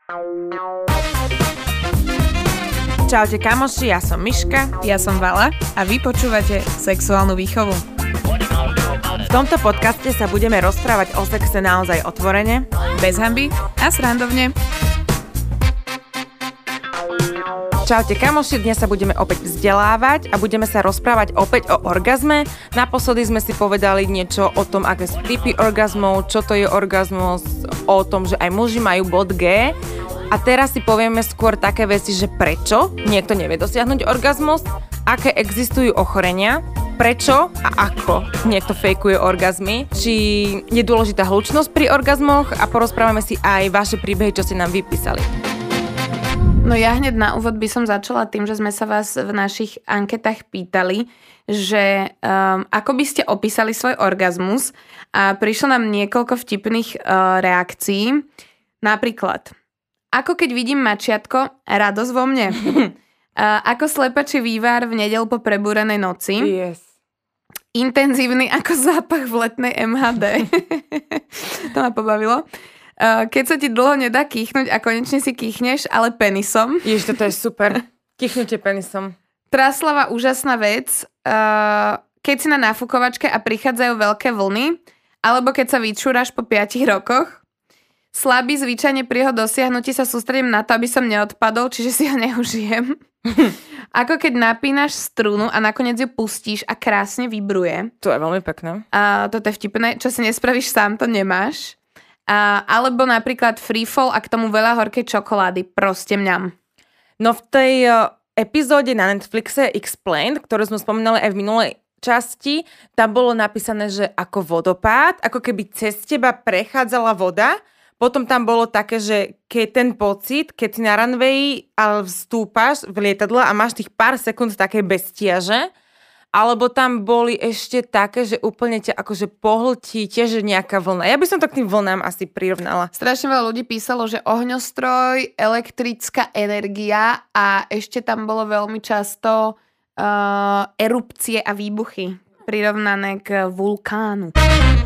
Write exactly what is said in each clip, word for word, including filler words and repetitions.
Čaute kamoši, ja som Miška. Ja som Vala a vy počúvate Sexuálnu výchovu. V tomto podcaste sa budeme rozprávať o sexe naozaj otvorene, bez hanby a srandovne. Čaute kamoši, dnes sa budeme opäť vzdelávať a budeme sa rozprávať opäť o orgazme. Naposledy sme si povedali niečo o tom, aké sú typy orgazmov, čo to je orgazmus, o tom, že aj muži majú bod G. A teraz si povieme skôr také veci, že prečo niekto nevie dosiahnuť orgazmus, aké existujú ochorenia, prečo a ako niekto fejkuje orgazmy, či je dôležitá hlučnosť pri orgazmoch a porozprávame si aj vaše príbehy, čo ste nám vypísali. No ja hneď na úvod by som začala tým, že sme sa vás v našich anketách pýtali, že um, ako by ste opísali svoj orgazmus a prišlo nám niekoľko vtipných uh, reakcií. Napríklad, ako keď vidím mačiatko, radosť vo mne. uh, ako slepačí vývar v nedeľu po prebúrenej noci. Yes. Intenzívny ako zápach v letnej em há dé. To ma pobavilo. Uh, keď sa ti dlho nedá kýchnuť a konečne si kýchneš, ale penisom. Ježiš, toto je super. Kýchnutie penisom. Traslava úžasná vec. Uh, keď si na nafúkovačke a prichádzajú veľké vlny, alebo keď sa vyčúraš po piatich rokoch. Slabý, zvyčajne pri jeho dosiahnutí sa sústredím na to, aby som neodpadol, čiže si ho neužijem. Ako keď napínaš strunu a nakoniec ju pustíš a krásne vibruje. To je veľmi pekné. Uh, toto je vtipné. Čo si nespravíš sám, to nemáš. Uh, alebo napríklad freefall a k tomu veľa horkej čokolády. Proste mňam. No v tej uh, epizóde na Netflixe Explained, ktorú sme spomínali aj v minulej časti, tam bolo napísané, že ako vodopád, ako keby cez teba prechádzala voda. Potom tam bolo také, že keď ten pocit, keď si na runwayi ale vstúpaš v lietadle a máš tých pár sekúnd takej beztiaže, alebo tam boli ešte také, že úplne ťa akože pohltí tiež nejaká vlna. Ja by som to k tým vlnám asi prirovnala. Strašne veľa ľudí písalo, že ohňostroj, elektrická energia a ešte tam bolo veľmi často uh, erupcie a výbuchy prirovnané k vulkánu.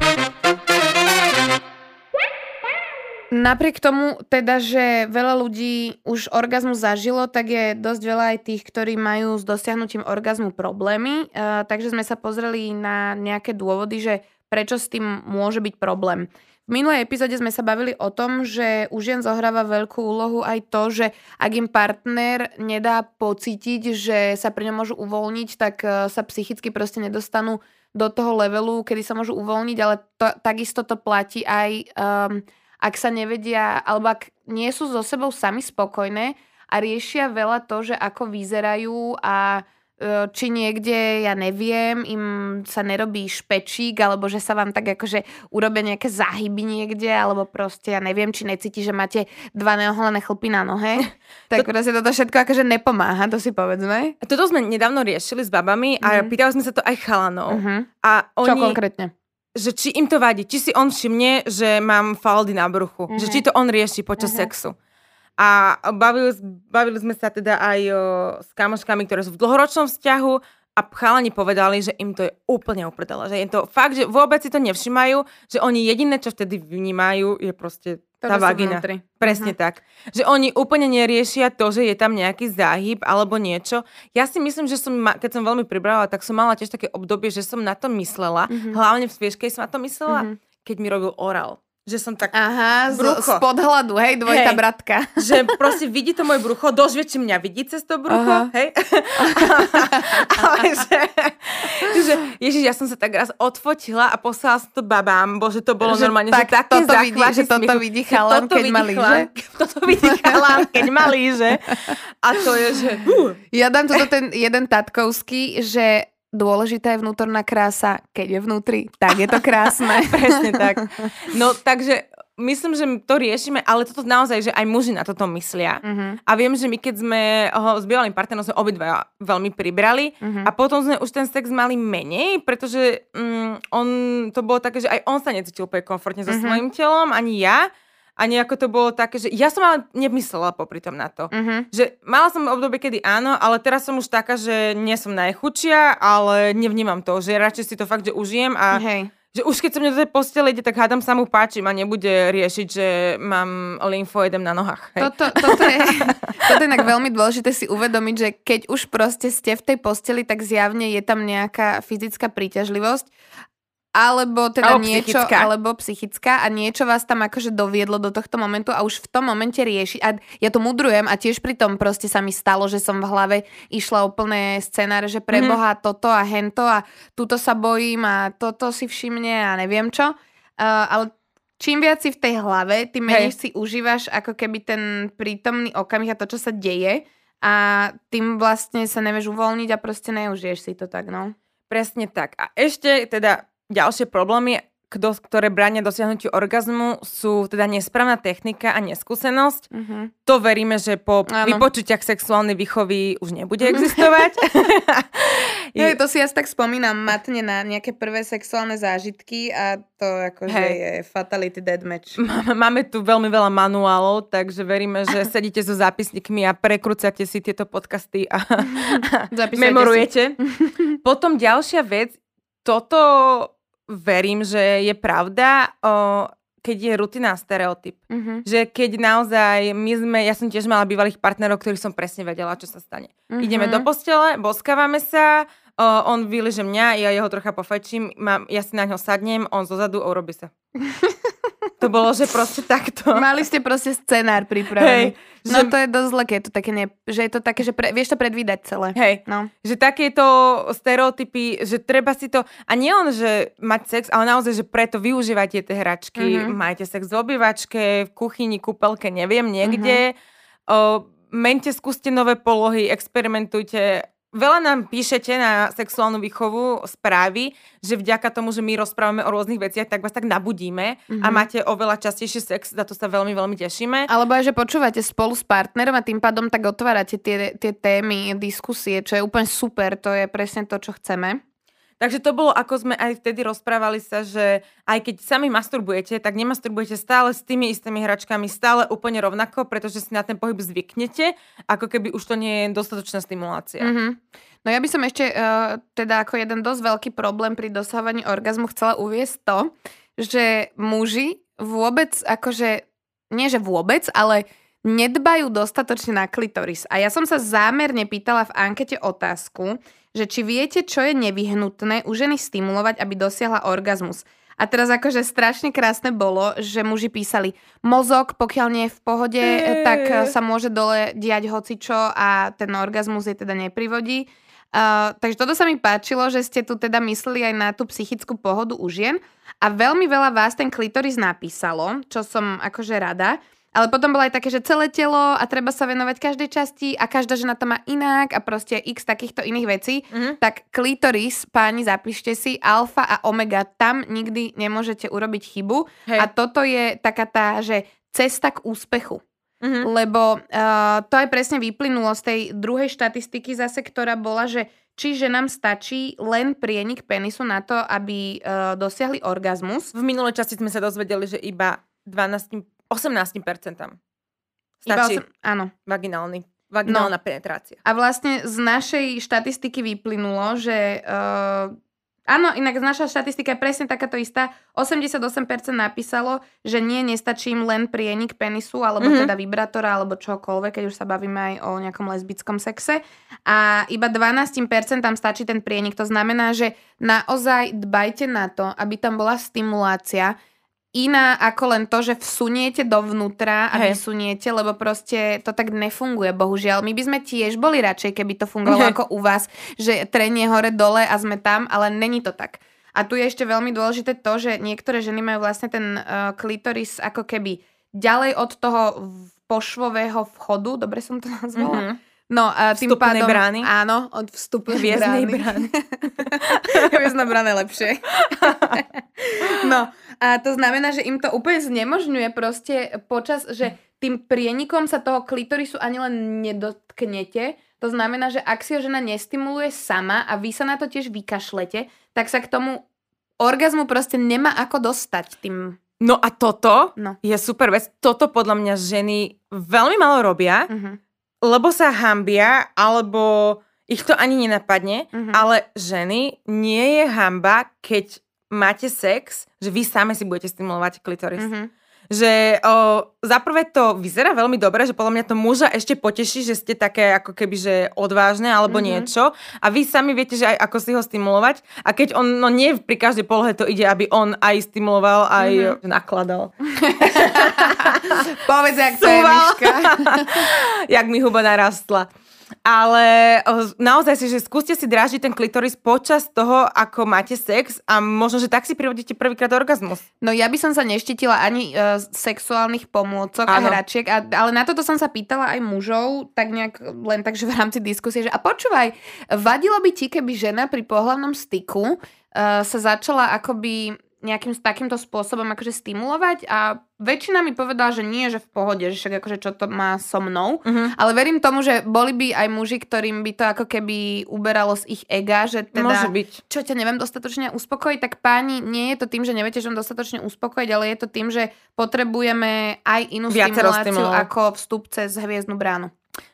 Napriek tomu teda, že veľa ľudí už orgazmus zažilo, tak je dosť veľa aj tých, ktorí majú s dosiahnutím orgazmu problémy. Uh, takže sme sa pozreli na nejaké dôvody, že prečo s tým môže byť problém. V minulej epizóde sme sa bavili o tom, že u žien zohráva veľkú úlohu aj to, že ak im partner nedá pocítiť, že sa pri ňom môžu uvoľniť, tak uh, sa psychicky proste nedostanú do toho levelu, kedy sa môžu uvoľniť, ale to, takisto to platí aj... Um, ak sa nevedia, alebo ak nie sú so sebou sami spokojné a riešia veľa to, že ako vyzerajú a e, či niekde, ja neviem, im sa nerobí špečík, alebo že sa vám tak akože urobia nejaké záhyby niekde, alebo proste, ja neviem, či necíti, že máte dva neoholené chlpy na nohe. Tak to... proste toto všetko akože nepomáha, to si povedzme. Toto sme nedávno riešili s babami a mm. pýtali sme sa to aj chalanov. Mm-hmm. A oni... Čo konkrétne? Že či im to vadí, či si on všimne, že mám faldy na bruchu, mm-hmm. že či to on rieši počas mm-hmm. sexu. A bavili, bavili sme sa teda aj o, s kamoškami, ktoré sú v dlhoročnom vzťahu a chalani povedali, že im to je úplne uprdele, že je to fakt, že vôbec si to nevšimajú, že oni jediné, čo vtedy vnímajú, je proste tá vagina. Presne uh-huh. tak. Že oni úplne neriešia to, že je tam nejaký záhyb alebo niečo. Ja si myslím, že som, keď som veľmi pribrala, tak som mala tiež také obdobie, že som na to myslela. Uh-huh. Hlavne v Svieškej som na to myslela, uh-huh. keď mi robil oral. Že som tak... Aha, z, z podhľadu, hej, dvojitá hej, bratka. Že proste vidí to moje brucho, dosť vie, či mňa vidí cez to brucho, uh-huh. hej. Ale že, že, ježiš, ja som sa tak raz odfotila a poslala som to babám, bože, to bolo že normálne, tak, že také záchvaty. Že toto vidí chalán, keď má líže. Toto vidí chalán, keď má líže. A to je, že... Uh. Ja dám toto ten jeden tatkovský, že... Dôležitá je vnútorná krása, keď je vnútri, tak je to krásne. Presne tak. No takže myslím, že to riešime, ale toto naozaj, že aj muži na toto myslia. Uh-huh. A viem, že my keď sme ho s bývalým partnerom sme obidva veľmi pribrali uh-huh. a potom sme už ten sex mali menej, pretože um, on, to bolo také, že aj on sa necítil úplne komfortne so uh-huh. svojím telom, ani ja. A nejako to bolo také, že ja som ale nemyslela popri tom na to. Uh-huh. Že mala som obdobie, kedy áno, ale teraz som už taká, že nie som najchudšia, ale nevnímam to, že radšej si to fakt, že užijem a hey. Že už keď som mňa do tej postele ide, tak hádam sa mu páčim a nebude riešiť, že mám lymfoedem na nohách. Hej. Toto, toto, je, toto je inak veľmi dôležité si uvedomiť, že keď už proste ste v tej posteli, tak zjavne je tam nejaká fyzická príťažlivosť, alebo teda alebo niečo, psychická. alebo psychická a niečo vás tam akože doviedlo do tohto momentu a už v tom momente rieši. A ja to mudrujem a tiež pri tom proste sa mi stalo, že som v hlave išla úplne scenáre, že preboha mm. toto a hento a tuto sa bojím a toto si všimne a neviem čo. Uh, ale čím viac si v tej hlave, tým menej si užívaš ako keby ten prítomný okamih a to, čo sa deje a tým vlastne sa nevieš uvoľniť a proste neužiješ si to tak, no. Presne tak. A ešte teda ďalšie problémy, ktoré bránia dosiahnutiu orgazmu, sú teda nesprávna technika a neskúsenosť. Uh-huh. To veríme, že po Áno. vypočutiach sexuálnej výchovy už nebude existovať. No, to si ja tak spomínam matne na nejaké prvé sexuálne zážitky a to akože hey. je fatality deathmatch. Máme tu veľmi veľa manuálov, takže veríme, že sedíte so zápisníkmi a prekrúcate si tieto podcasty a memorujete. Potom ďalšia vec, toto verím, že je pravda, o, keď je rutina a stereotyp. Uh-huh. Že keď naozaj my sme, ja som tiež mala bývalých partnerov, ktorých som presne vedela, čo sa stane. Uh-huh. Ideme do postele, boskávame sa, o, on vyliže mňa, ja jeho trocha pofajčím, mám, ja si na ňo sadnem, on zozadu a urobí sa. To bolo, že proste takto. Mali ste proste scenár pripravený. Hej, no že... to je dosť zle, je to také, ne... že je to také, že pre... vieš to predvídať celé. Hej, no. Že takéto stereotypy, že treba si to, a nie on, že mať sex, ale naozaj, že preto využívajte tie hračky, mm-hmm. majte sex v obývačke, v kuchyni, kúpelke, neviem, niekde. Mm-hmm. O, mente, skúste nové polohy, experimentujte. Veľa nám píšete na sexuálnu výchovu správy, že vďaka tomu, že my rozprávame o rôznych veciach, tak vás tak nabudíme mm-hmm. a máte oveľa častejší sex, za to sa veľmi, veľmi tešíme. Alebo aj, že počúvate spolu s partnerom a tým pádom tak otvárate tie, tie témy, diskusie, čo je úplne super, to je presne to, čo chceme. Takže to bolo, ako sme aj vtedy rozprávali sa, že aj keď sami masturbujete, tak nemasturbujete stále s tými istými hračkami, stále úplne rovnako, pretože si na ten pohyb zvyknete, ako keby už to nie je dostatočná stimulácia. Mm-hmm. No ja by som ešte uh, teda ako jeden dosť veľký problém pri dosahovaní orgazmu chcela uviesť to, že muži vôbec akože, nie že vôbec, ale nedbajú dostatočne na klitoris. A ja som sa zámerne pýtala v ankete otázku, že či viete, čo je nevyhnutné u ženy stimulovať, aby dosiahla orgazmus. A teraz akože strašne krásne bolo, že muži písali mozog, pokiaľ nie je v pohode, eee. tak sa môže dole diať hocičo a ten orgazmus je teda neprivodí. Uh, takže toto sa mi páčilo, že ste tu teda mysleli aj na tú psychickú pohodu u žien a veľmi veľa vás ten klitoris napísalo, čo som akože rada. Ale potom bolo aj také, že celé telo a treba sa venovať každej časti a každá žena to má inak a proste x takýchto iných vecí. Mm-hmm. Tak klitoris, páni, zapíšte si, alfa a omega, tam nikdy nemôžete urobiť chybu. Hej. A toto je taká tá, že cesta k úspechu. Mm-hmm. Lebo uh, to aj presne vyplynulo z tej druhej štatistiky zase, ktorá bola, že či ženám stačí len prienik penisu na to, aby uh, dosiahli orgazmus. V minulej časti sme sa dozvedeli, že iba dvanásť osemnásť percent stačí osem, áno. vaginálny, vaginálna no. penetrácia. A vlastne z našej štatistiky vyplynulo, že uh, áno, inak naša štatistika je presne takáto istá. osemdesiatosem percent napísalo, že nie, nestačí im len prienik penisu, alebo mm-hmm. teda vibrátora, alebo čokoľvek, keď už sa bavíme aj o nejakom lesbickom sexe. A iba dvanásť percent tam stačí ten prienik. To znamená, že naozaj dbajte na to, aby tam bola stimulácia, iná ako len to, že vsuniete dovnútra a Hej. vysuniete, lebo proste to tak nefunguje, bohužiaľ. My by sme tiež boli radšej, keby to fungovalo Hej. ako u vás, že trenie hore dole a sme tam, ale není to tak. A tu je ešte veľmi dôležité to, že niektoré ženy majú vlastne ten uh, klitoris ako keby ďalej od toho pošvového vchodu, dobre som to nazvala? Mm-hmm. No a tým vstupnej pádom... brány? Áno, od vstupnej Hviezdnej brány. Hviezdna brána je lepšie. No a to znamená, že im to úplne znemožňuje proste počas, že tým prienikom sa toho klitorisu ani len nedotknete. To znamená, že ak si ho žena nestimuluje sama a vy sa na to tiež vykašlete, tak sa k tomu orgazmu proste nemá ako dostať tým... No a toto no. je super vec. Toto podľa mňa ženy veľmi malo robia, uh-huh. lebo sa hanbia, alebo ich to ani nenapadne, uh-huh. ale ženy nie je hanba, keď máte sex, že vy same si budete stimulovať klitoris. Mm-hmm. Že o, zaprvé to vyzerá veľmi dobre, že podľa mňa to muža ešte poteší, že ste také ako keby, že odvážne alebo mm-hmm. niečo a vy sami viete, že aj ako si ho stimulovať a keď on, no nie pri každej polohe to ide, aby on aj stimuloval, aj mm-hmm. nakladal. Povedz, jak to je, Miška. Jak mi huba narastla. Ale naozaj si, že skúste si drážiť ten klitoris počas toho, ako máte sex a možno, že tak si privodíte prvýkrát orgazmus. No ja by som sa neštítila ani uh, sexuálnych pomôcok ano. a hračiek, a, ale na toto som sa pýtala aj mužov, tak nejak len takže v rámci diskusie, že a počúvaj, vadilo by ti, keby žena pri pohlavnom styku uh, sa začala akoby nejakým takýmto spôsobom akože stimulovať a väčšina mi povedala, že nie, že v pohode, že však akože čo to má so mnou, uh-huh. ale verím tomu, že boli by aj muži, ktorým by to ako keby uberalo z ich ega, že teda, môže byť. Čo ťa neviem dostatočne uspokojiť, tak páni, nie je to tým, že neviete, že on dostatočne uspokojiť, ale je to tým, že potrebujeme aj inú Viacero stimuláciu stimulov. Ako vstup cez hviezdnu bránu.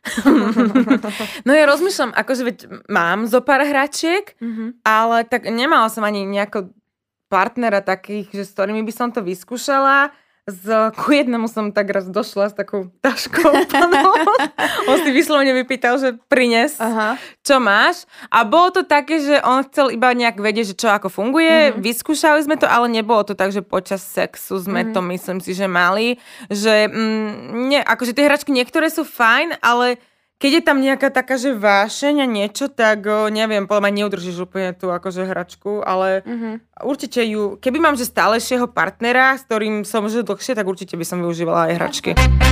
No ja rozmýšľam, akože veď mám zo pár hračiek, uh-huh. ale tak nemala som ani nejako partnera takých, že s ktorými by som to vyskúšala. Z, ku jednému som tak raz došla s takou taškou plnou. On si vyslovene vypýtal, že prines, Aha. čo máš. A bolo to také, že on chcel iba nejak vedieť, že čo ako funguje. Mm-hmm. Vyskúšali sme to, ale nebolo to tak, že počas sexu sme mm-hmm. to, myslím si, že mali. Že, mm, nie, akože tie hračky niektoré sú fajn, ale keď je tam nejaká taká, že vášeň a niečo, tak o, neviem, podľa mňa neudržíš úplne tú akože hračku, ale mm-hmm. určite ju, keby mám že stálejšieho partnera, s ktorým som že dlhšie, tak určite by som využívala aj hračky.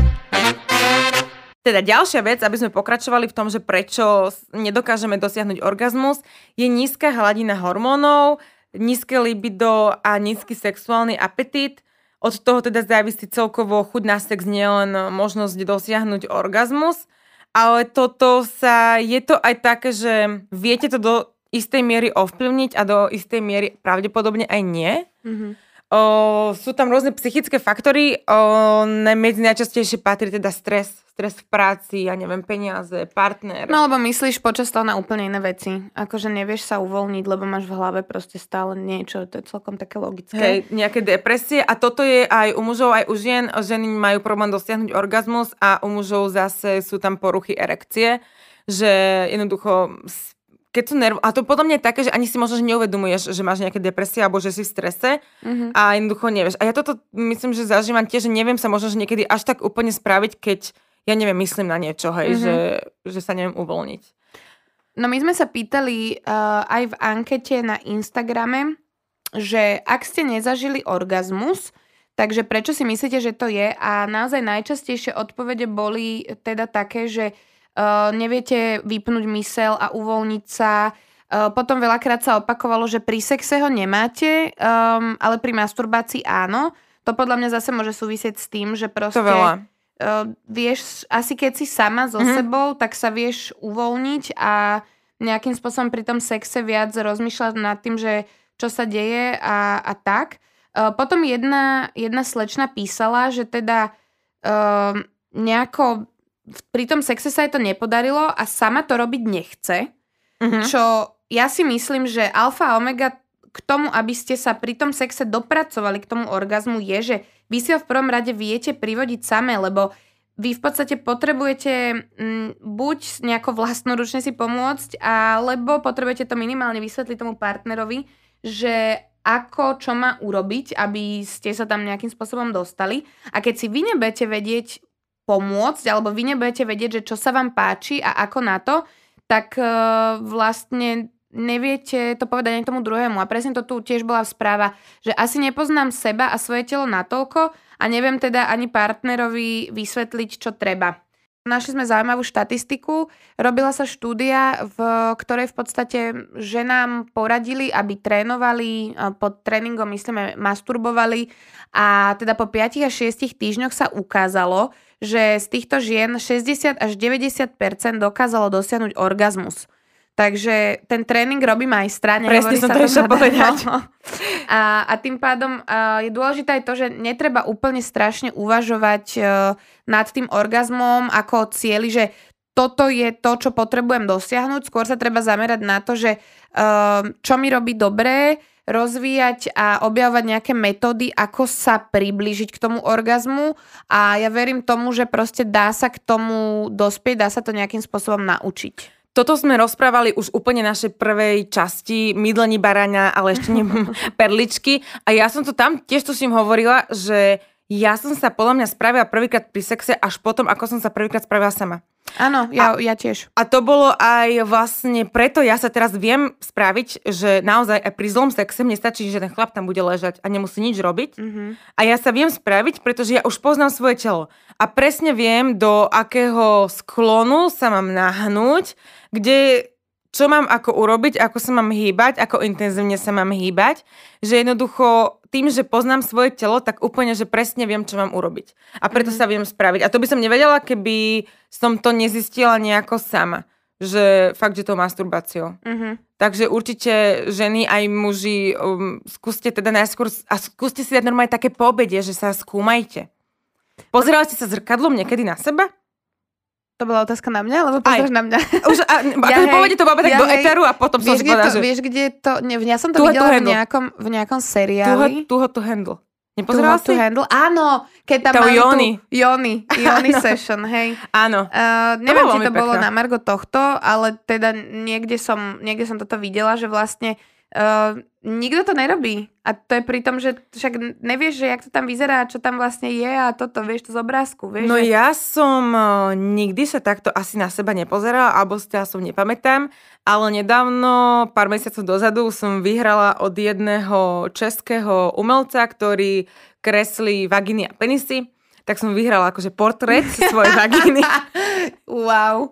Teda ďalšia vec, aby sme pokračovali v tom, že prečo nedokážeme dosiahnuť orgazmus, je nízka hladina hormónov, nízke libido a nízky sexuálny apetít. Od toho teda závisí celkovo chuť na sex, nielen možnosť dosiahnuť orgazmus. Ale toto sa, je to aj také, že viete to do istej miery ovplyvniť a do istej miery pravdepodobne aj nie. Mm-hmm. O, sú tam rôzne psychické faktory, o, medzi najčastejšie patrí teda stres. Stres v práci, ja neviem, peniaze, partner. No lebo myslíš počas toho na úplne iné veci. Akože nevieš sa uvoľniť, lebo máš v hlave proste stále niečo, to je celkom také logické. Hej, nejaké depresie a toto je aj u mužov, aj u žien. Ženy majú problém dosiahnuť orgazmus a u mužov zase sú tam poruchy erekcie, že jednoducho keď sú nerv... A to podľa mňa je také, že ani si možno že neuvedomuješ, že máš nejaké depresie alebo že si v strese mm-hmm. a jednoducho nevieš. A ja toto myslím, že zažívam tiež, že neviem sa možno že niekedy až tak úplne spraviť, keď ja neviem, myslím na niečo, hej, mm-hmm. že, že sa neviem uvoľniť. No my sme sa pýtali uh, aj v ankete na Instagrame, že ak ste nezažili orgazmus, takže prečo si myslíte, že to je? A naozaj najčastejšie odpovede boli teda také, že uh, neviete vypnúť myseľ a uvoľniť sa. Uh, potom veľakrát sa opakovalo, že pri sexe ho nemáte, um, ale pri masturbácii áno. To podľa mňa zase môže súvisieť s tým, že proste... To veľa. Uh, vieš, asi keď si sama so mm-hmm. sebou, tak sa vieš uvoľniť a nejakým spôsobom pri tom sexe viac rozmýšľať nad tým, že čo sa deje a, a tak. Uh, potom jedna, jedna slečna písala, že teda uh, nejako pri tom sexe sa jej to nepodarilo a sama to robiť nechce, mm-hmm. čo ja si myslím, že alfa a omega k tomu, aby ste sa pri tom sexe dopracovali k tomu orgazmu, je, že vy si ho v prvom rade viete privodiť samé, lebo vy v podstate potrebujete m, buď nejako vlastnoručne si pomôcť, alebo potrebujete to minimálne vysvetliť tomu partnerovi, že ako, čo má urobiť, aby ste sa tam nejakým spôsobom dostali. A keď si vy nebudete vedieť pomôcť, alebo vy nebudete vedieť, že čo sa vám páči a ako na to, tak e, vlastne neviete to povedať ani tomu druhému. A presne to tu tiež bola správa, že asi nepoznám seba a svoje telo natoľko a neviem teda ani partnerovi vysvetliť, čo treba. Našli sme zaujímavú štatistiku. Robila sa štúdia, v ktorej v podstate ženám poradili, aby trénovali, pod tréningom myslíme masturbovali a teda po päť až šesť týždňoch sa ukázalo, že z týchto žien šesťdesiat až deväťdesiat percent dokázalo dosiahnuť orgazmus. Takže ten tréning robí majstra. Presne som to išla povedať. A, a tým pádom uh, je dôležité aj to, že netreba úplne strašne uvažovať uh, nad tým orgazmom ako cieli, že toto je to, čo potrebujem dosiahnuť. Skôr sa treba zamerať na to, že uh, čo mi robí dobré, rozvíjať a objavovať nejaké metódy, ako sa priblížiť k tomu orgazmu a ja verím tomu, že proste dá sa k tomu dospieť, dá sa to nejakým spôsobom naučiť. Toto sme rozprávali už úplne našej prvej časti Mydlení baraňa, ale ešte nie perličky. A ja som to tam tiež tuším hovorila, že ja som sa podľa mňa spravila prvýkrát pri sexe až potom, ako som sa prvýkrát spravila sama. Áno, ja, ja tiež. A to bolo aj vlastne preto, ja sa teraz viem spraviť, že naozaj aj pri zlom sexe mne stačí, že ten chlap tam bude ležať a nemusí nič robiť. Mm-hmm. A ja sa viem spraviť, pretože ja už poznám svoje telo. A presne viem, do akého sklonu sa mám nahnúť, kde... čo mám ako urobiť, ako sa mám hýbať, ako intenzívne sa mám hýbať, že jednoducho tým, že poznám svoje telo, tak úplne, že presne viem, čo mám urobiť. A preto mm-hmm. sa viem spraviť. A to by som nevedela, keby som to nezistila nejako sama. Že fakt, že to masturbáciou. Mm-hmm. Takže určite ženy aj muži, um, skúste teda najskôr, a skúste si dať normálne také po obede, že sa skúmajte. Pozerali ste sa zrkadlom niekedy na seba? To bola otázka na mňa, alebo pozrieš na mňa? Už, a, ja ako povede to baba tak ja do eteru a potom som si povedala, že... Vieš, kde to... Ne, ja som to videla v nejakom, v nejakom seriáli. Too Hot to Handle. Nepozerala si? To handle? Áno, keď tam mali Yoni. tú Yoni, Yoni session, hej. Áno. Uh, neviem, to či to pekná. Bolo na margo tohto, ale teda niekde som, niekde som toto videla, že vlastne uh, nikto to nerobí. A to je pri tom, že však nevieš, že jak to tam vyzerá, čo tam vlastne je a toto, vieš to z obrázku. Vieš, no že... ja som uh, nikdy sa takto asi na seba nepozerala, alebo ja som nepamätám, ale nedávno, pár mesiacov dozadu som vyhrala od jedného českého umelca, ktorý kreslí vagíny a penisy, tak som vyhrala akože portrét svojej vagíny. Wow.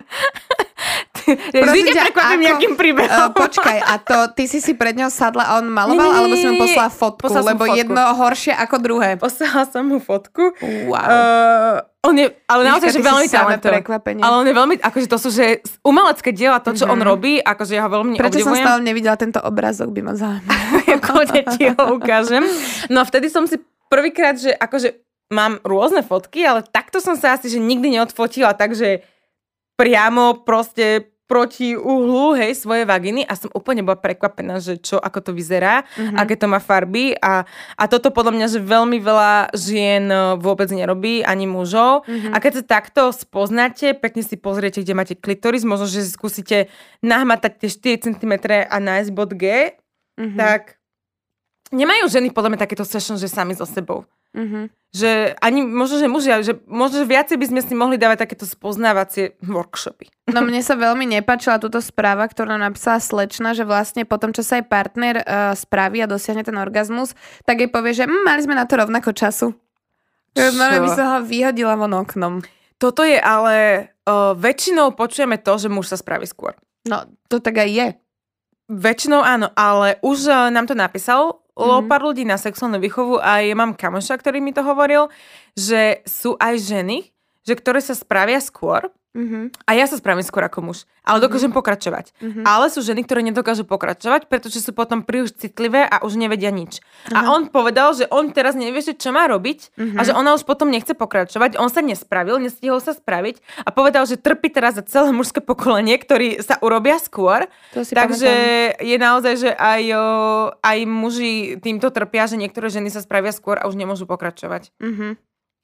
Vždy ťa prekvapím nejakým príbehom. Uh, počkaj, a to ty si si pred ňou sadla a on maloval, nie, nie, nie, alebo si mu poslala fotku? Poslala lebo fotku. Jedno horšie ako druhé. Poslala som mu fotku. Wow. Uh, on je, ale naozaj, že veľmi talentovaný. Ale on je veľmi, akože to sú, že umelecké diela, to, čo mm-hmm. on robí, akože ja ho veľmi Prečo obdivujem. Prečo som stále nevidela tento obrázok, by ma zaujímalo. Kľudne ti ho ukážem. No vtedy som si prvýkrát, že akože mám rôzne fotky, ale takto som sa asi, že nikdy neodfotila, takže priamo proste proti uhlu, hej, svoje vagíny a som úplne bola prekvapená, že čo, ako to vyzerá, mm-hmm. aké to má farby a, a toto podľa mňa, že veľmi veľa žien vôbec nerobí, ani mužov. Mm-hmm. A keď sa takto spoznáte, pekne si pozriete, kde máte klitoris, možno, že skúsite nahmatať tie štyri centimetre a nájsť bod G, mm-hmm. tak nemajú ženy podľa mňa takéto session, že sami so sebou. Mm-hmm. Že ani možno, že muži, že možno, že viacej by sme si mohli dávať takéto spoznávacie workshopy. No mne sa veľmi nepáčila túto správa, ktorú napísala slečna, že vlastne potom, čo sa aj partner uh, spraví a dosiahne ten orgazmus, tak jej povie, že hm, mali sme na to rovnako času. No, by som ho vyhodila von oknom. Toto je ale uh, väčšinou počujeme to, že muž sa spraví skôr. No, to tak aj je. Väčšinou áno, ale už uh, nám to napísal mm-hmm. pár ľudí na sexuálnu výchovu a ja mám kamoša, ktorý mi to hovoril, že sú aj ženy, že ktoré sa spravia skôr mm-hmm. a ja sa spravím skôr ako muž, ale dokážem mm-hmm. pokračovať. Mm-hmm. Ale sú ženy, ktoré nedokážu pokračovať, pretože sú potom príliš citlivé a už nevedia nič. Uh-huh. A on povedal, že on teraz nevie, čo má robiť mm-hmm. a že ona už potom nechce pokračovať. On sa nespravil, nestihol sa spraviť a povedal, že trpí teraz za celé mužské pokolenie, ktorí sa urobia skôr. Takže pamätám. Je naozaj, že aj, aj muži týmto trpia, že niektoré ženy sa spravia skôr a už nemôžu pokračovať. Mhm.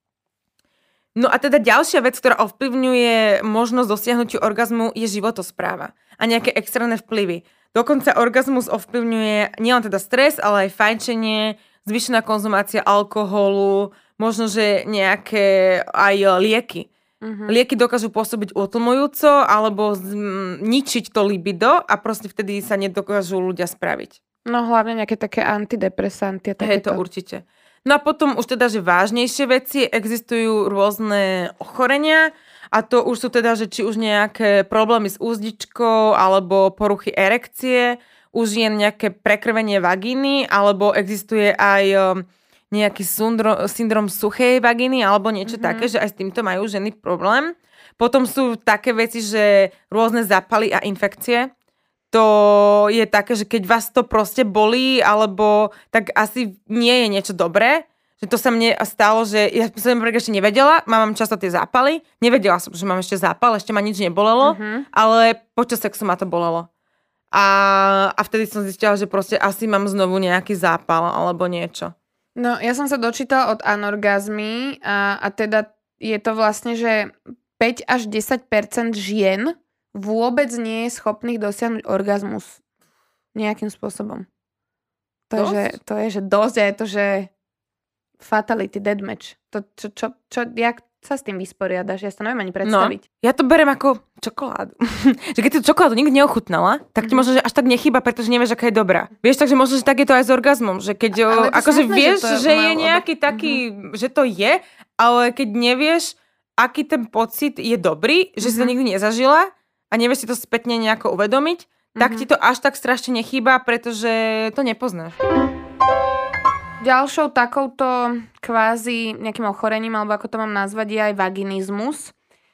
No a teda ďalšia vec, ktorá ovplyvňuje možnosť dosiahnutiu orgazmu, je životospráva a nejaké externé vplyvy. Dokonca orgazmus ovplyvňuje nielen teda stres, ale aj fajčenie, zvýšená konzumácia alkoholu, možno, že nejaké aj lieky. Uh-huh. Lieky dokážu pôsobiť utlmujúco alebo zničiť to libido a proste vtedy sa nedokážu ľudia spraviť. No hlavne nejaké také antidepresanty. Hej, to určite. No a potom už teda, že vážnejšie veci, existujú rôzne ochorenia a to už sú teda, že či už nejaké problémy s úzdičkou alebo poruchy erekcie, už je nejaké prekrvenie vagíny alebo existuje aj nejaký syndrom, syndrom suchej vagíny alebo niečo mm-hmm. také, že aj s týmto majú ženy problém. Potom sú také veci, že rôzne zápaly a infekcie. To je také, že keď vás to proste bolí, alebo tak asi nie je niečo dobré, Že to sa mne stalo, že ja som napríklad ešte nevedela, mám často tie zápaly, nevedela som, že mám ešte zápal, ešte ma nič nebolelo, uh-huh. ale počas sexu ma to bolelo. A, a vtedy som zistila, že proste asi mám znovu nejaký zápal alebo niečo. No, ja som sa dočítala od anorgazmy a, a teda je to vlastne, že päť až desať percent žien vôbec nie je schopných dosiahnuť orgazmus nejakým spôsobom. To je, že, to je, že dosť a je to, že fatality, deathmatch. To, čo, čo, čo, jak sa s tým vysporiadaš? Ja sa neviem ani predstaviť. No, ja to berem ako čokoládu. Že keď tú čokoládu nikdy neochutnala, tak ti mm-hmm. možno, že až tak nechýba, pretože nevieš, aká je dobrá. Vieš, takže možno, že tak je to aj s orgazmom. Že keď, akože vieš, že, že je nejaký oba... taký, mm-hmm. že to je, ale keď nevieš, aký ten pocit je dobrý, že mm-hmm. si to nikdy nezažila a nevieš si to spätne nejako uvedomiť, mm-hmm. tak ti to až tak strašne nechýba, pretože to nepoznáš. Ďalšou takouto kvázi nejakým ochorením, alebo ako to mám nazvať, je aj vaginizmus.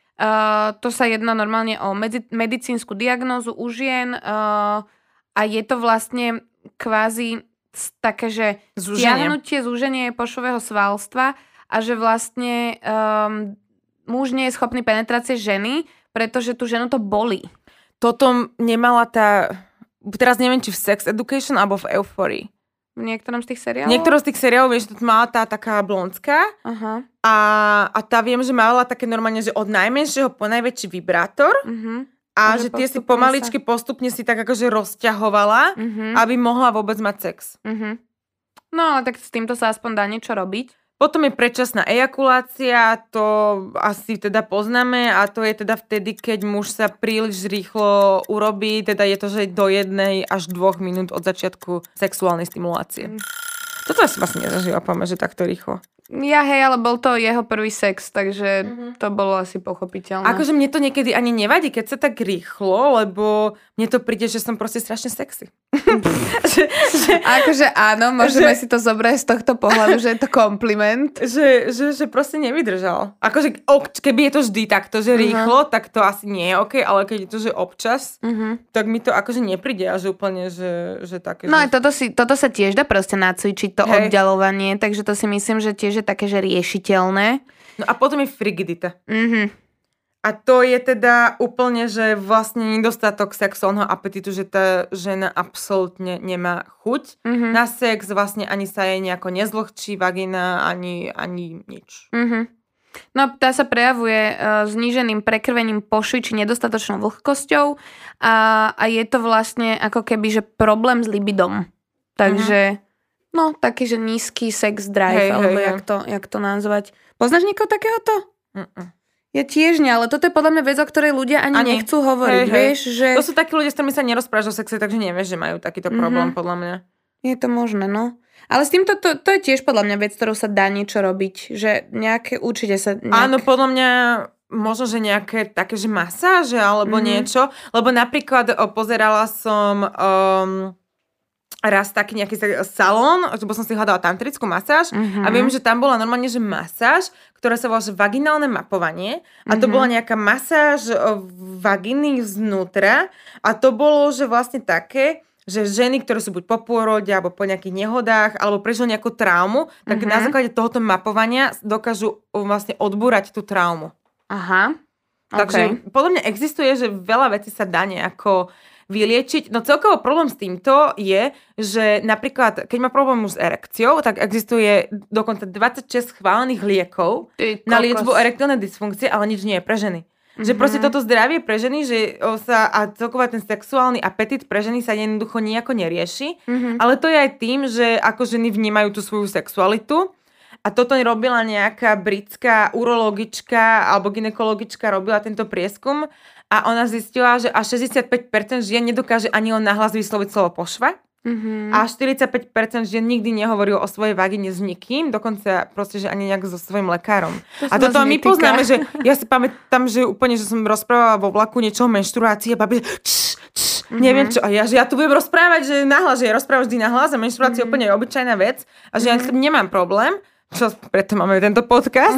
Uh, to sa jedná normálne o medzi- medicínsku diagnózu u žien uh, a je to vlastne kvázi také, že stiahnutie, zúženie pošvového svalstva a že vlastne um, muž nie je schopný penetrácie ženy, pretože tú ženu to bolí. Toto nemala tá... Teraz neviem, či v Sex Education alebo v Euphorii. V niektorom z tých seriálov? Niektorom z tých seriálov, vieš, že tu mala tá taká blondská. Uh-huh. A, a tá viem, že mala také normálne, že od najmenšieho po najväčší vibrátor. Uh-huh. A že, že tie si pomaličky sa... postupne si tak akože rozťahovala, uh-huh. aby mohla vôbec mať sex. Uh-huh. No, ale tak s týmto sa aspoň dá niečo robiť. Potom je predčasná ejakulácia, to asi teda poznáme a to je teda vtedy, keď muž sa príliš rýchlo urobí, teda je to, že do jednej až dvoch minút od začiatku sexuálnej stimulácie. Mm. Toto som asi nezažila, poviem, že takto rýchlo. Ja hej, ale bol to jeho prvý sex, takže mm-hmm. to bolo asi pochopiteľné. Akože mne to niekedy ani nevadí, keď sa tak rýchlo, lebo mne to príde, že som proste strašne sexy. že, že, akože áno, môžeme že, si to zobrať z tohto pohľadu, že je to kompliment. Že, že, že proste nevydržal. Akože keby je to vždy takto, že rýchlo, uh-huh. tak to asi nie je OK, ale keď je to, že občas, uh-huh. tak mi to akože nepríde a že úplne, že, že také... No že... aj toto, si, toto sa tiež dá proste nacvičiť, to Hej. oddialovanie, takže to si myslím, že tiež je také, že riešiteľné. No a potom je frigidita. Mhm. A to je teda úplne, že vlastne nedostatok sexuálneho apetitu, že tá žena absolútne nemá chuť mm-hmm. na sex, vlastne ani sa jej nejako nezlohčí vagina, ani, ani nič. Mm-hmm. No, tá sa prejavuje uh, zníženým prekrvením pošvy či nedostatočnou vlhkosťou a, a je to vlastne ako keby, že problém s libidom. Takže, mm-hmm. no, taký, že nízky sex drive, hej, alebo hej, jak, hej. To, jak to nazvať. Poznáš niekoho takéhoto? Mm-mm. Ja tiež nie, ale toto je podľa mňa vec, o ktorej ľudia ani, ani. nechcú hovoriť, hej, vieš, hej. že... To sú takí ľudia, s ktorými sa nerozprávaš o sexe, takže nevieš, že majú takýto mm-hmm. problém, podľa mňa. Je to možné, no. Ale s týmto, to, to je tiež podľa mňa vec, ktorou sa dá niečo robiť, že nejaké, určite sa... Nejak... Áno, podľa mňa možno, že nejaké také, že masáže, alebo mm-hmm. niečo, lebo napríklad o, pozerala som... Um, raz taký nejaký salón, lebo som si hľadala tantrickú masáž uh-huh. a viem, že tam bola normálne, že masáž, ktorá sa volá, že vaginálne mapovanie a to uh-huh. bola nejaká masáž vaginy vznútra a to bolo, že vlastne také, že ženy, ktoré sú buď po pôrode alebo po nejakých nehodách alebo prežili nejakú traumu, tak uh-huh. na základe tohoto mapovania dokážu vlastne odbúrať tú traumu. Aha. Takže okay. podľa mňa existuje, že veľa vecí sa dá nejako vyliečiť. No celkovo problém s týmto je, že napríklad, keď má problém už s erekciou, tak existuje dokonca dvadsaťšesť schválených liekov na liečbu erektilnej dysfunkcie, ale nič nie je pre ženy. Mm-hmm. Že proste toto zdravie pre ženy, že sa a celková ten sexuálny apetit pre ženy sa jednoducho nejako nerieši, mm-hmm. ale to je aj tým, že ako ženy vnímajú tú svoju sexualitu. A toto robila nejaká britská urologička alebo gynekologička, robila tento prieskum a ona zistila, že až šesťdesiatpäť percent žien nedokáže ani len nahlas vysloviť slovo pošva mm-hmm. a štyridsaťpäť percent žien nikdy nehovoril o svojej vagine s nikým, dokonca proste, že ani nejak so svojím lekárom. To a toto my poznáme, že ja si pamätám, že úplne, že som rozprávala vo vlaku niečo o menštruácii a babi, č, č, mm-hmm. neviem čo, a ja, že ja tu budem rozprávať, že nahlas, že ja rozprávam vždy nahlas a menštruácia mm-hmm. úplne je obyčajná vec a že mm-hmm. ja nemám problém. Čo, preto máme tento podcast.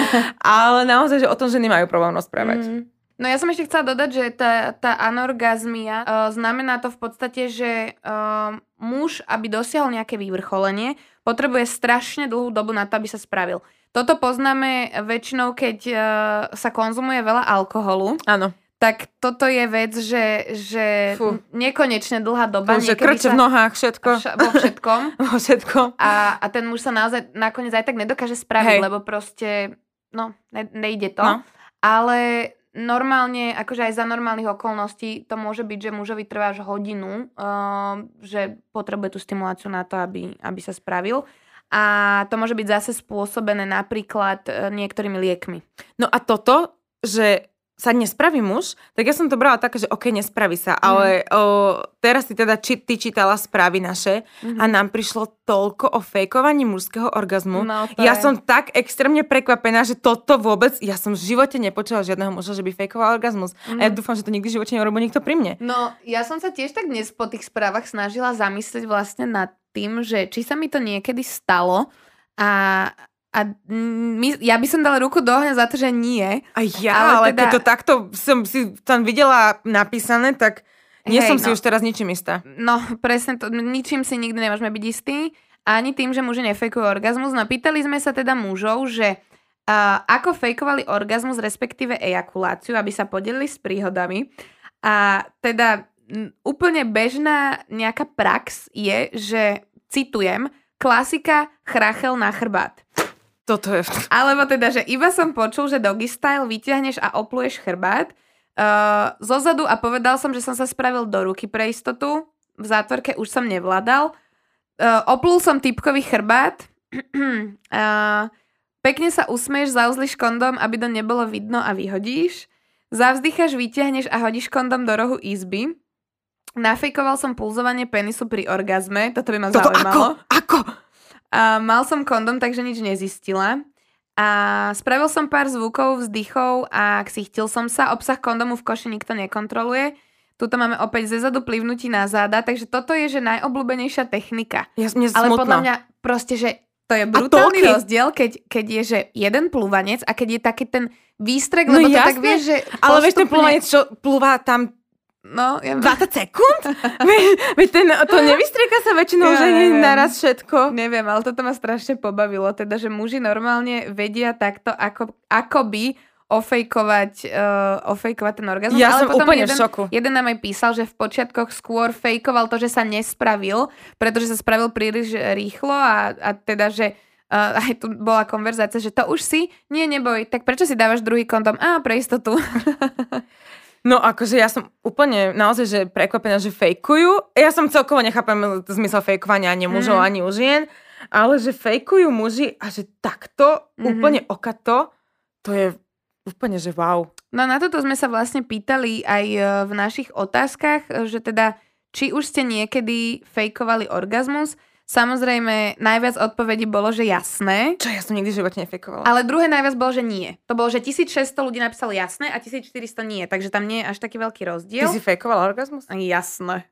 Ale naozaj, že o tom ženy majú problém rozprávať. Mm. No ja som ešte chcela dodať, že tá, tá anorgazmia uh, znamená to v podstate, že uh, muž, aby dosiahol nejaké vyvrcholenie, potrebuje strašne dlhú dobu na to, aby sa spravil. Toto poznáme väčšinou, keď uh, sa konzumuje veľa alkoholu. Áno. Tak toto je vec, že, že nekonečne dlhá doba. Že krče v nohách, všetko. Š- vo všetkom. vo všetkom. A, a ten muž sa naozaj nakoniec aj tak nedokáže spraviť, Hej. lebo proste, no, ne, nejde to. No. Ale normálne, akože aj za normálnych okolností, to môže byť, že mužovi trvá až hodinu, uh, že potrebuje tú stimuláciu na to, aby, aby sa spravil. A to môže byť zase spôsobené napríklad uh, niektorými liekmi. No a toto, že sa nespraví muž, tak ja som to brala také, že ok, nespraví sa, mm. ale o, teraz si teda či, ty čítala správy naše mm-hmm. a nám prišlo toľko o fejkovaní mužského orgazmu. No, ja je. som tak extrémne prekvapená, že toto vôbec, ja som v živote nepočula žiadneho muža, že by fejkoval orgazmus. Mm. A ja dúfam, že to nikdy v živote neurobí nikto pri mne. No, ja som sa tiež tak dnes po tých správach snažila zamyslieť vlastne nad tým, že či sa mi to niekedy stalo a A my, ja by som dala ruku do ohňa za to, že nie. A ja, ale, ale teda... keď to takto som si tam videla napísané, tak nie Hej, som si no. už teraz ničím istá. No, presne to. Ničím si nikdy nemôžeme byť istí. Ani tým, že muži nefejkujú orgazmus. No, pýtali sme sa teda mužov, že uh, ako fejkovali orgazmus, respektíve ejakuláciu, aby sa podelili s príhodami. A teda m, úplne bežná nejaká prax je, že, citujem, klasika chrachel na chrbát. Toto je... Alebo teda, že iba som počul, že doggy style vyťahneš a opluješ chrbát uh, zozadu a povedal som, že som sa spravil do ruky pre istotu. V zátvorke už som nevládal. Uh, oplul som typkový chrbát. uh, pekne sa usmeješ, zauzliš kondom, aby to nebolo vidno a vyhodíš. Zavzdycháš, vyťahneš a hodíš kondom do rohu izby. Nafejkoval som pulzovanie penisu pri orgazme. Toto by ma Toto zaujímalo. Ako? Ako? A mal som kondom, takže nič nezistila. A spravil som pár zvukov, vzdychov a ksichtil som sa. Obsah kondomu v koši nikto nekontroluje. Tuto máme opäť zezadu plivnutí na záda, takže toto je, že najobľúbenejšia technika. Ja, mne Ale smutno. podľa mňa proste, že to je brutálny rozdiel, keď, keď je, že jeden plúvanec a keď je taký ten výstrek, no lebo jasne, to tak vieš, že postupne... Ale vieš, ten plúvanec, čo plúva tam No, ja... dvadsať sekúnd? Veď ten, to nevystrieka sa väčšinou, ja, že nie naraz všetko. Neviem, ale toto ma strašne pobavilo. Teda, že muži normálne vedia takto ako, akoby ofejkovať, uh, ofejkovať ten orgazmus. Ja ale som potom úplne jeden, v šoku. Jeden nám aj písal, že v počiatkoch skôr fejkoval to, že sa nespravil, pretože sa spravil príliš rýchlo a, a teda, že uh, aj tu bola konverzácia, že to už si, nie, neboj, tak prečo si dávaš druhý kondom? Á, pre istotu. No akože ja som úplne naozaj, že prekvapená, že fejkujú. Ja som celkovo nechápem zmysel fejkovania ani mužov, mm. ani u žien, ale že fejkujú muži a že takto, mm-hmm. úplne okato, to je úplne, že wow. No na toto sme sa vlastne pýtali aj v našich otázkach, že teda, či už ste niekedy fejkovali orgazmus. Samozrejme, najviac odpovedí bolo, že jasné. Čo, ja som nikdy v živote nefejkovala. Ale druhé najviac bolo, že nie. To bolo, že tisícšesťsto ľudí napísalo jasné a tisícštyristo nie. Takže tam nie je až taký veľký rozdiel. Ty si fejkovala orgazmus? Jasné.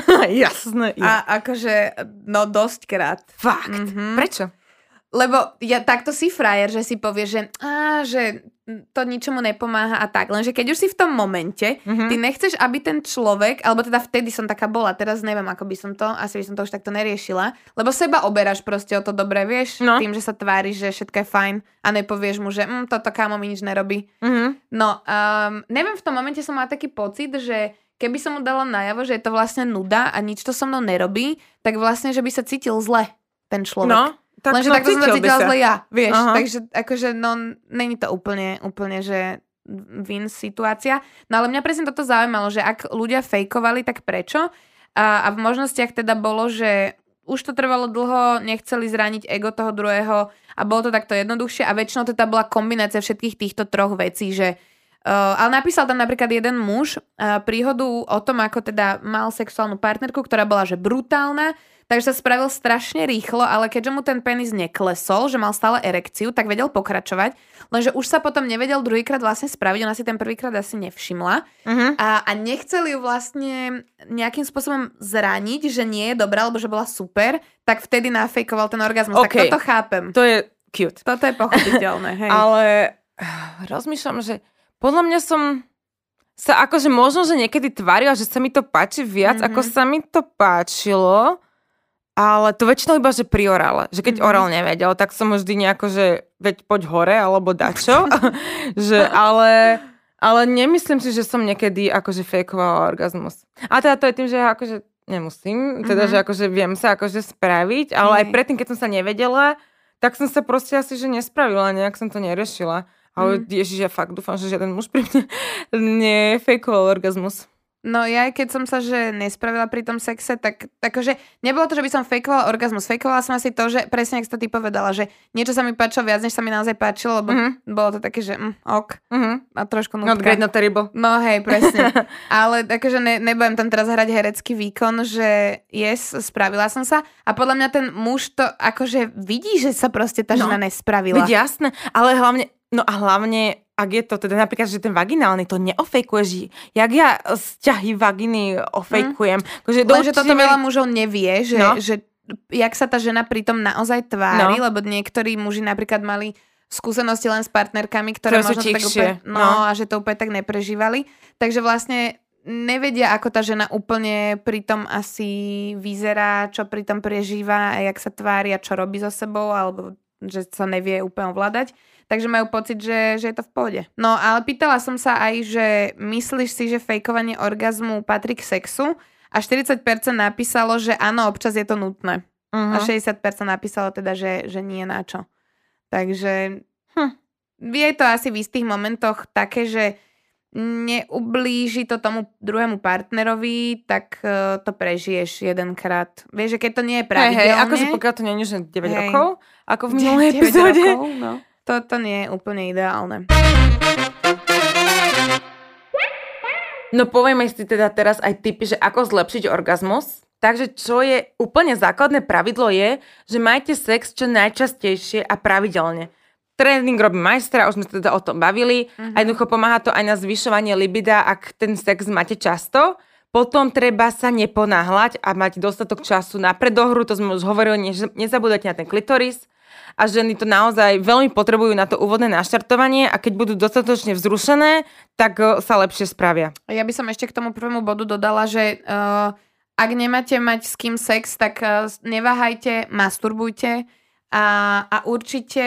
Jasné. A akože, no dosť krát. Fakt? Mm-hmm. Prečo? Lebo ja, takto si frajer, že si povie, že, á, že to ničomu nepomáha a tak. Lenže keď už si v tom momente, mm-hmm. ty nechceš, aby ten človek, alebo teda vtedy som taká bola, teraz neviem, ako by som to, asi by som to už takto neriešila, lebo seba oberáš proste o to dobre, vieš, no. Tým, že sa tváriš, že všetko je fajn a nepovieš mu, že mm, toto kámo mi nič nerobí. Mm-hmm. No, um, neviem, v tom momente som mala taký pocit, že keby som mu dala najavo, že je to vlastne nuda a nič to so mnou nerobí, tak vlastne, že by sa cítil zle ten človek. No. Tak, Lenže no, takto som sa cítila zle ja, vieš. Aha. Takže akože, no, není to úplne, úplne, že win situácia. No ale mňa presne toto zaujímalo, že ak ľudia fejkovali, tak prečo? A, a v možnostiach teda bolo, že už to trvalo dlho, nechceli zraniť ego toho druhého a bolo to takto jednoduchšie a väčšinou teda bola kombinácia všetkých týchto troch vecí, že Uh, ale napísal tam napríklad jeden muž uh, príhodu o tom, ako teda mal sexuálnu partnerku, ktorá bola že brutálna, takže sa spravil strašne rýchlo, ale keďže mu ten penis neklesol, že mal stále erekciu, tak vedel pokračovať, lenže už sa potom nevedel druhýkrát vlastne spraviť, ona si ten prvýkrát asi nevšimla uh-huh. a, a nechceli ju vlastne nejakým spôsobom zraniť, že nie je dobrá, alebo že bola super, tak vtedy nafejkoval ten orgazmus. Okay. Tak toto chápem. To je cute. Toto je pochopiteľné, hej. Ale rozmýšľam, že podľa mňa som sa akože možno, že niekedy tvárila, že sa mi to páči viac, mm-hmm. ako sa mi to páčilo, Ale to väčšinou iba, že pri orále. Že keď mm-hmm. orál nevedel, tak som vždy nejako, že veď poď hore, alebo dačo. že, ale, ale nemyslím si, že som niekedy akože fejkovala orgazmus. A teda to je tým, že akože nemusím. Teda, mm-hmm. že akože viem sa akože spraviť, ale mm-hmm. aj predtým, keď som sa nevedela, tak som sa proste asi, že nespravila, nejak som to neriešila. Ale mm. ježiš, ja fakt dúfam, že žiaden muž pri mne nefejkoval orgazmus. No ja, keď som sa, že nespravila pri tom sexe, tak akože nebolo to, že by som fejkovala orgazmus. Fejkovala som asi to, že presne, ako to ty povedala, že niečo sa mi páčilo viac, než sa mi naozaj páčilo, lebo mm-hmm. bolo to také, že mm, ok. Mm-hmm. A trošku nutka. Not great, not terrible. No hej, presne. Ale akože ne, nebudem tam teraz hrať herecký výkon, že yes, spravila som sa. A podľa mňa ten muž to akože vidí, že sa proste tá no, žena nespravila. Veď jasné, ale hlavne, no a hlavne ak je to teda napríklad, že ten vaginálny, to neofejkuješ. Jak ja sťahy vaginy ofejkujem. Mm. Lenže toto veľa mužov nevie, že, no. že jak sa tá žena pritom naozaj tvári, no. lebo niektorí muži napríklad mali skúsenosti len s partnerkami, ktoré, ktoré možno tak úplne, no, no. a že to úplne tak neprežívali. Takže vlastne nevedia, ako tá žena úplne pritom asi vyzerá, čo pritom prežíva a jak sa tvári a čo robí so sebou, alebo že sa nevie úplne ovládať. Takže majú pocit, že, že je to v pohode. No ale pýtala som sa aj, že myslíš si, že fejkovanie orgazmu patrí k sexu? A štyridsať percent napísalo, že áno, občas je to nutné. Uh-huh. A šesťdesiat percent napísalo teda, že, že nie na čo. Takže hm, je to asi v istých momentoch také, že neublíži to tomu druhému partnerovi, tak uh, to prežiješ jedenkrát. Vieš, že keď to nie je pravidelne... Hej, hej, akože pokiaľ to nie je, že deväť hej. rokov, ako v minulej epizóde. Rokov, no. Toto nie je úplne ideálne. No povieme si teda teraz aj tipy, že ako zlepšiť orgazmus. Takže čo je úplne základné pravidlo je, že majte sex čo najčastejšie a pravidelne. Tréning robí majstra, už sme sa teda o tom bavili. Uh-huh. A jednoducho pomáha to aj na zvyšovanie libida, ak ten sex máte často. Potom treba sa neponáhľať a mať dostatok času na predohru, to sme už hovorili, nezabúdajte na ten klitoris. A ženy to naozaj veľmi potrebujú na to úvodné naštartovanie a keď budú dostatočne vzrušené, tak sa lepšie spravia. Ja by som ešte k tomu prvému bodu dodala, že uh, ak nemáte mať s kým sex, tak uh, neváhajte, masturbujte a, a určite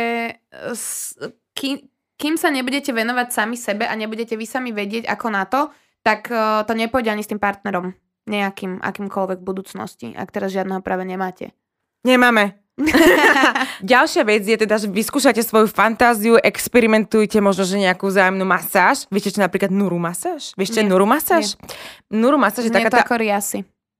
s, kým, kým sa nebudete venovať sami sebe a nebudete vy sami vedieť ako na to, tak uh, to nepôjde ani s tým partnerom nejakým, akýmkoľvek v budúcnosti, ak teraz žiadneho práve nemáte. Nemáme. Ďalšia vec je teda, že vyskúšajte svoju fantáziu, experimentujte možno, že nejakú vzájomnú masáž. Viete, čo napríklad nuru masáž? Vieš, čo je nuru masáž? Nuru masáž je taká... Nie je to tá... ako riasy.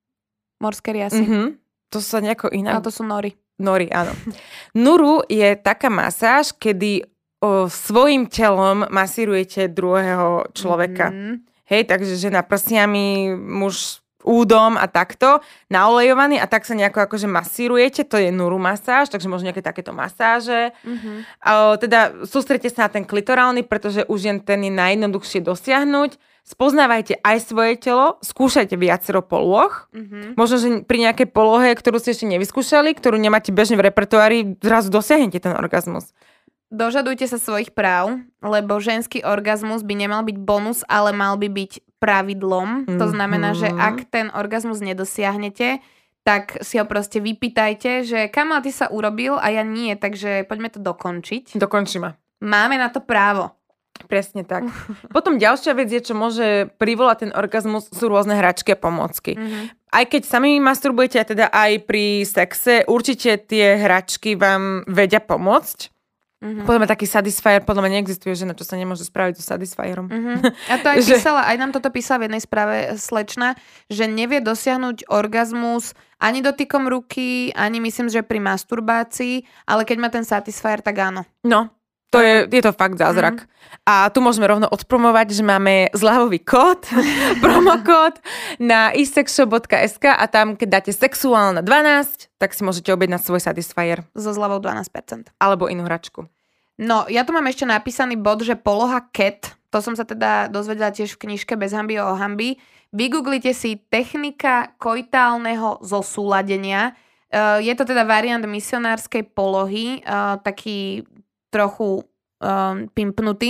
Morské riasy. Mm-hmm. To sa nejako inak... Ale to sú nory. Nory, áno. Nuru je taká masáž, kedy o, svojim telom masírujete druhého človeka. Mm-hmm. Hej, takže žena prsiami, muž údom a takto, naolejovaný a tak sa nejako akože masírujete, to je nuru masáž, takže možno nejaké takéto masáže. Mm-hmm. A, teda sústredte sa na ten klitorálny, pretože už jen ten je najjednoduchšie dosiahnuť. Spoznávajte aj svoje telo, skúšajte viacero polôch. Mm-hmm. Možno, že pri nejakej polohe, ktorú ste ešte nevyskúšali, ktorú nemáte bežne v repertoári, zrazu dosiahnete ten orgazmus. Dožadujte sa svojich práv, lebo ženský orgazmus by nemal byť bonus, ale mal by byť pravidlom. Mm-hmm. To znamená, že ak ten orgazmus nedosiahnete, tak si ho proste vypýtajte, že Kamila, ty sa urobil a ja nie, takže poďme to dokončiť. Dokončíme. Máme na to právo. Presne tak. Potom ďalšia vec je, čo môže privolať ten orgazmus, sú rôzne hračky a pomôcky. Mm-hmm. Aj keď sami masturbujete, a teda aj pri sexe, určite tie hračky vám vedia pomôcť. Mm-hmm. Podľa mňa taký satisfier, podľa mňa neexistuje žena, čo sa nemôže spraviť so satisfierom. Mm-hmm. A to aj písala, aj nám toto písala v jednej správe slečna, že nevie dosiahnuť orgazmus ani dotykom ruky, ani myslím, že pri masturbácii, ale keď má ten satisfier, tak áno. No, to je, je to fakt zázrak. Mm-hmm. A tu môžeme rovno odpromovať, že máme zľavový kód, promokód na i sexshop bodka es ká a tam, keď dáte sexuálna dvanásť, tak si môžete objednať svoj satisfier. So zľavou dvanásť percent. Alebo inú hračku. No, ja tu mám ešte napísaný bod, že poloha cat, to som sa teda dozvedela tiež v knižke Bez hanby o hanby. Vygooglite si technika koitálneho zosúladenia. Uh, je to teda variant misionárskej polohy, uh, taký trochu um, pimpnutý.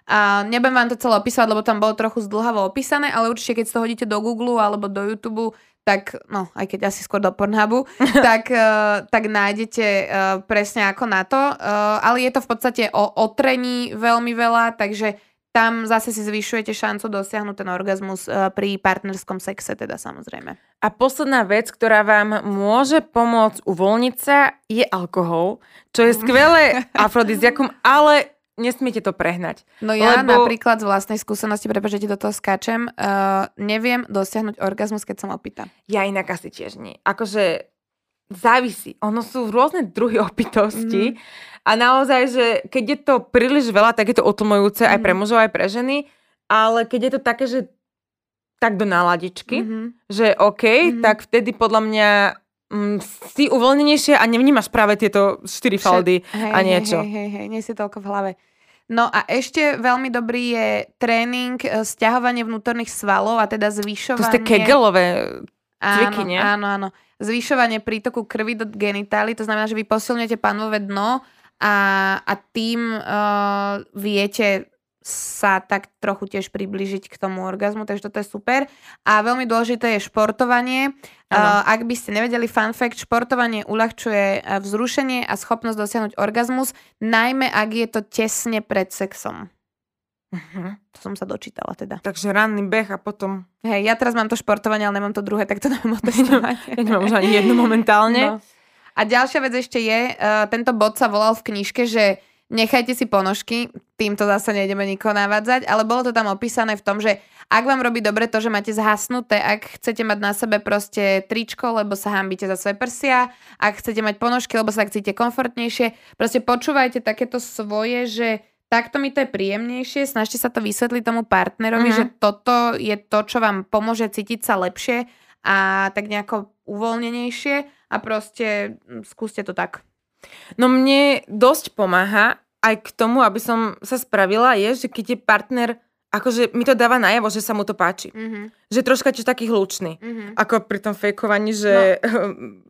A nebudem vám to celé opísať, lebo tam bolo trochu zdlhavo opísané, ale určite keď si to hodíte do Google alebo do YouTube, tak, no, aj keď asi skôr do Pornhubu, tak, uh, tak nájdete uh, presne ako na to. Uh, ale je to v podstate o otrení veľmi veľa, takže tam zase si zvyšujete šancu dosiahnuť ten orgazmus uh, pri partnerskom sexe, teda samozrejme. A posledná vec, ktorá vám môže pomôcť uvoľniť sa, je alkohol, čo je skvelé afrodiziakum, ale nesmiete to prehnať. No ja lebo... napríklad z vlastnej skúsenosti, prepáč, že ti do toho skáčem, uh, neviem dosiahnuť orgazmus, keď som opitá. Ja inak asi tiež nie. Akože závisí. Ono sú rôzne druhy opitosti mm-hmm. a naozaj, že keď je to príliš veľa, tak je to otlmujúce mm-hmm. aj pre mužov, aj pre ženy, ale keď je to také, že tak do náladičky, mm-hmm. že OK, mm-hmm. tak vtedy podľa mňa mm, si uvoľnenejšie a nevnímaš práve tieto štyri faldy hej, a niečo. Hej, hej, hej, nie si toľko v hlave. No a ešte veľmi dobrý je tréning, sťahovanie vnútorných svalov a teda zvyšovanie... To ste kegelové cviky, nie? Áno, áno. Zvyšovanie prítoku krvi do genitálií, to znamená, že vy posilňujete panvové dno a, a tým uh, viete sa tak trochu tiež priblížiť k tomu orgazmu, takže toto je super. A veľmi dôležité je športovanie. Uh, ak by ste nevedeli, fun fact, športovanie uľahčuje vzrušenie a schopnosť dosiahnuť orgazmus, najmä ak je to tesne pred sexom. Uh-huh. To som sa dočítala teda. Takže ranný beh a potom... Hej, ja teraz mám to športovanie, ale nemám to druhé, tak to neviem otestovať. Ja nemám už ani jedno momentálne. No. A ďalšia vec ešte je, uh, tento bod sa volal v knižke, že nechajte si ponožky, týmto zase nejdeme nikoho navádzať, ale bolo to tam opísané v tom, že ak vám robí dobre to, že máte zhasnuté, ak chcete mať na sebe proste tričko, lebo sa hanbíte za svoje prsia, ak chcete mať ponožky, lebo sa cítite komfortnejšie, proste počúvajte takéto svoje, že takto mi to je príjemnejšie, snažte sa to vysvetliť tomu partnerovi, mm-hmm. že toto je to, čo vám pomôže cítiť sa lepšie a tak nejako uvoľnenejšie a proste skúste to tak. No mne dosť pomáha aj k tomu, aby som sa spravila, je, že keď je partner, akože mi to dáva najavo, že sa mu to páči. Mm-hmm. Že troška tiež taký hlučný. Mm-hmm. Ako pri tom fejkovaní, že no.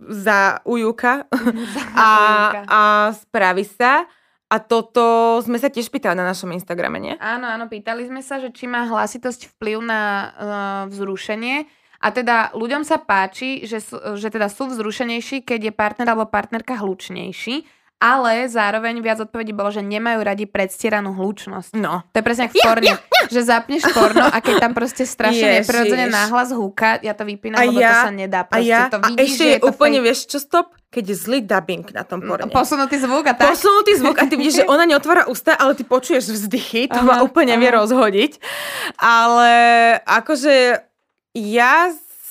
za ujúka a, a spraví sa. A toto sme sa tiež pýtali na našom Instagrame, nie? Áno, áno, pýtali sme sa, že či má hlasitosť vplyv na uh, vzrušenie. A teda ľuďom sa páči, že, sú, že teda sú vzrušenejší, keď je partner alebo partnerka hlučnejší, ale zároveň viac odpovedí bolo, že nemajú radi predstieranú hlučnosť. No. To je presne ako v porne, ja, ja. že zapneš porno a keď tam proste strašne neprirodzene náhlas húka, ja to vypínam, lebo ja, to sa nedá. Proste ja, to vidíš, a ešte že je to úplne, fake. Vieš čo, stop? Keď je zlý dubbing na tom porne. Posunutý zvuk a tak. Posunutý zvuk a ty vidíš, že ona neotvára ústa, ale ty počuješ vzdychy, to aha, ma úplne aha. vie rozhodiť. Ale akože ja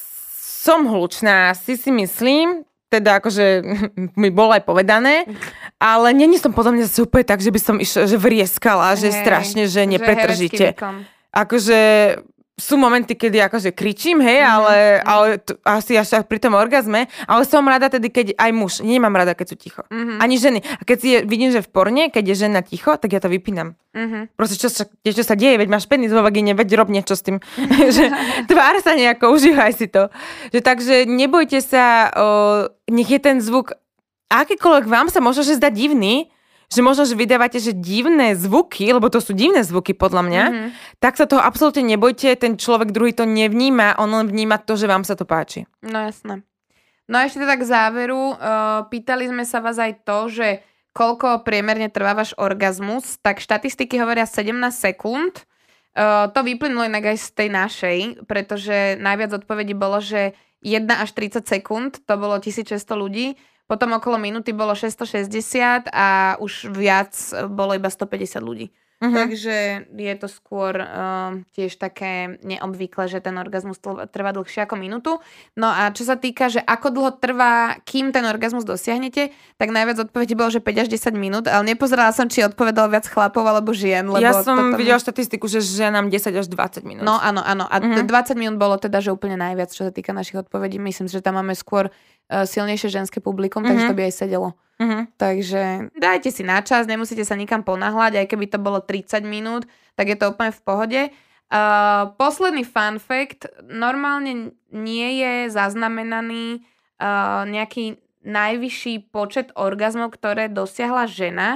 som hlučná, si si myslím, teda akože mi bolo aj povedané, ale není som podľa mňa zase úplne tak, že by som išla, že vrieskala, že hey, strašne, že nepretržíte. Akože sú momenty, kedy akože kričím, hej, mm-hmm. ale, ale t- asi až pri tom orgazme, ale som rada tedy, keď aj muž, nemám rada, keď sú ticho. Mm-hmm. Ani ženy. A keď si je, vidím, že v porne, keď je žena ticho, tak ja to vypínam. Mm-hmm. Proste, čo sa, čo sa deje, veď máš penis vo vagíne, veď rob niečo s tým. Že tvár sa nejako, užívaj si to. Že, takže nebojte sa, o, nech je ten zvuk, akýkoľvek vám sa možno, že zdá divný, že možno, že vydávate, že divné zvuky, lebo to sú divné zvuky podľa mňa, mm-hmm. tak sa toho absolútne nebojte, ten človek druhý to nevníma, on len vníma to, že vám sa to páči. No jasné. No a ešte teda k záveru, uh, pýtali sme sa vás aj to, že koľko priemerne trvá váš orgazmus, tak štatistiky hovoria sedemnásť sekúnd. Uh, to vyplynulo inak aj z tej našej, pretože najviac odpovedí bolo, že jeden až tridsať sekúnd, to bolo tisícšesťsto ľudí. Potom okolo minúty bolo šesťstošesťdesiat a už viac bolo iba stopäťdesiat ľudí. Uh-huh. Takže je to skôr uh, tiež také neobvyklé, že ten orgazmus trvá dlhšie ako minútu. No a čo sa týka, že ako dlho trvá, kým ten orgazmus dosiahnete, tak najviac odpovedí bolo, že päť až desať minút, ale nepozerala som, či odpovedalo viac chlapov alebo žien. Lebo ja som toto... videla štatistiku, že ženám desať až dvadsať minút. No áno, áno. A uh-huh. dvadsať minút bolo teda, že úplne najviac, čo sa týka našich odpovedí. Myslím si, že tam máme skôr uh, silnejšie ženské publikum, uh-huh. takže to by aj sedelo. Uh-huh. Takže dajte si na čas, nemusíte sa nikam ponáhľať, aj keby to bolo tridsať minút, tak je to úplne v pohode. Uh, posledný fun fact, normálne nie je zaznamenaný uh, nejaký najvyšší počet orgazmov, ktoré dosiahla žena.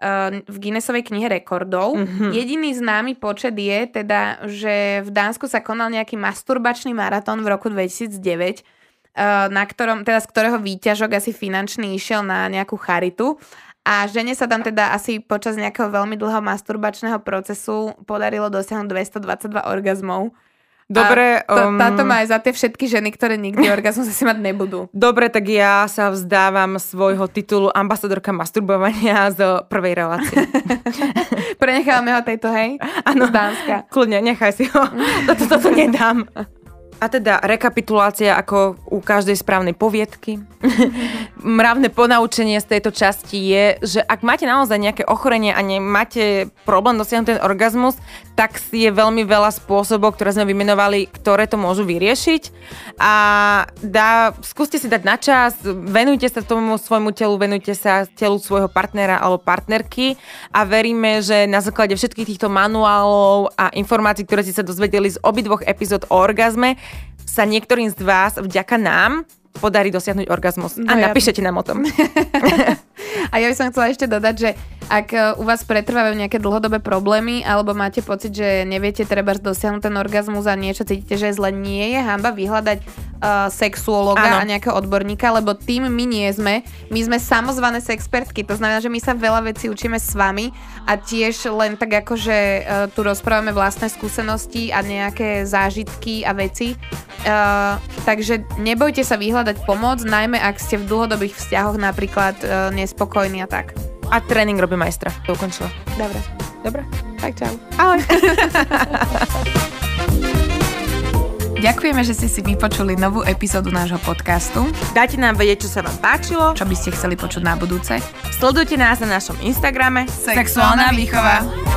v Guinnessovej knihe rekordov. Mm-hmm. Jediný známy počet je teda, že v Dánsku sa konal nejaký masturbačný maratón v roku dvetisícdeväť, na ktorom, teda z ktorého výťažok asi finančný išiel na nejakú charitu. A žene sa tam teda asi počas nejakého veľmi dlhého masturbačného procesu podarilo dosiahnuť dvestodvadsaťdva orgazmov. Dobre. To, um... Táto má aj za tie všetky ženy, ktoré nikdy orgazmus asi mať nebudú. Dobre, tak ja sa vzdávam svojho titulu ambasadorka masturbovania z prvej relácie. Prenechávame ho tejto, hej? Áno. Z Dánska. Kľudne, nechaj si ho. Toto, toto nedám. A teda rekapitulácia ako u každej správnej poviedky. Mravné ponaučenie z tejto časti je, že ak máte naozaj nejaké ochorenie a nemáte problém dosiahnuť ten orgazmus, tak je veľmi veľa spôsobov, ktoré sme vymenovali, ktoré to môžu vyriešiť. A dá, skúste si dať na čas, venujte sa tomu svojmu telu, venujte sa telu svojho partnera alebo partnerky a veríme, že na základe všetkých týchto manuálov a informácií, ktoré ste sa dozvedeli z obidvoch epizód o orgazme, sa niektorým z vás vďaka nám podarí dosiahnuť orgazmus. No a ja... napíšete nám o tom. A ja by som chcela ešte dodať, že ak u vás pretrvajú nejaké dlhodobé problémy alebo máte pocit, že neviete treba dosiahnuť ten orgazmus a niečo cítite, že zle, nie je hanba vyhľadať uh, sexuológa a nejakého odborníka, lebo tým my nie sme. My sme samozvané sexpertky, to znamená, že my sa veľa vecí učíme s vami a tiež len tak ako, že uh, tu rozprávame vlastné skúsenosti a nejaké zážitky a veci. Uh, takže nebojte sa vyhľadať pomoc, najmä ak ste v dlhodobých vzťahoch napríklad uh, nespokojní a tak. A tréning robí majstra. To ukončila. Dobre. Dobre? Tak čau. Ahoj. Ďakujeme, že ste si vypočuli novú epizódu nášho podcastu. Dajte nám vedieť, čo sa vám páčilo. Čo by ste chceli počuť na budúce. Sledujte nás na našom Instagrame Sexuálna výchova.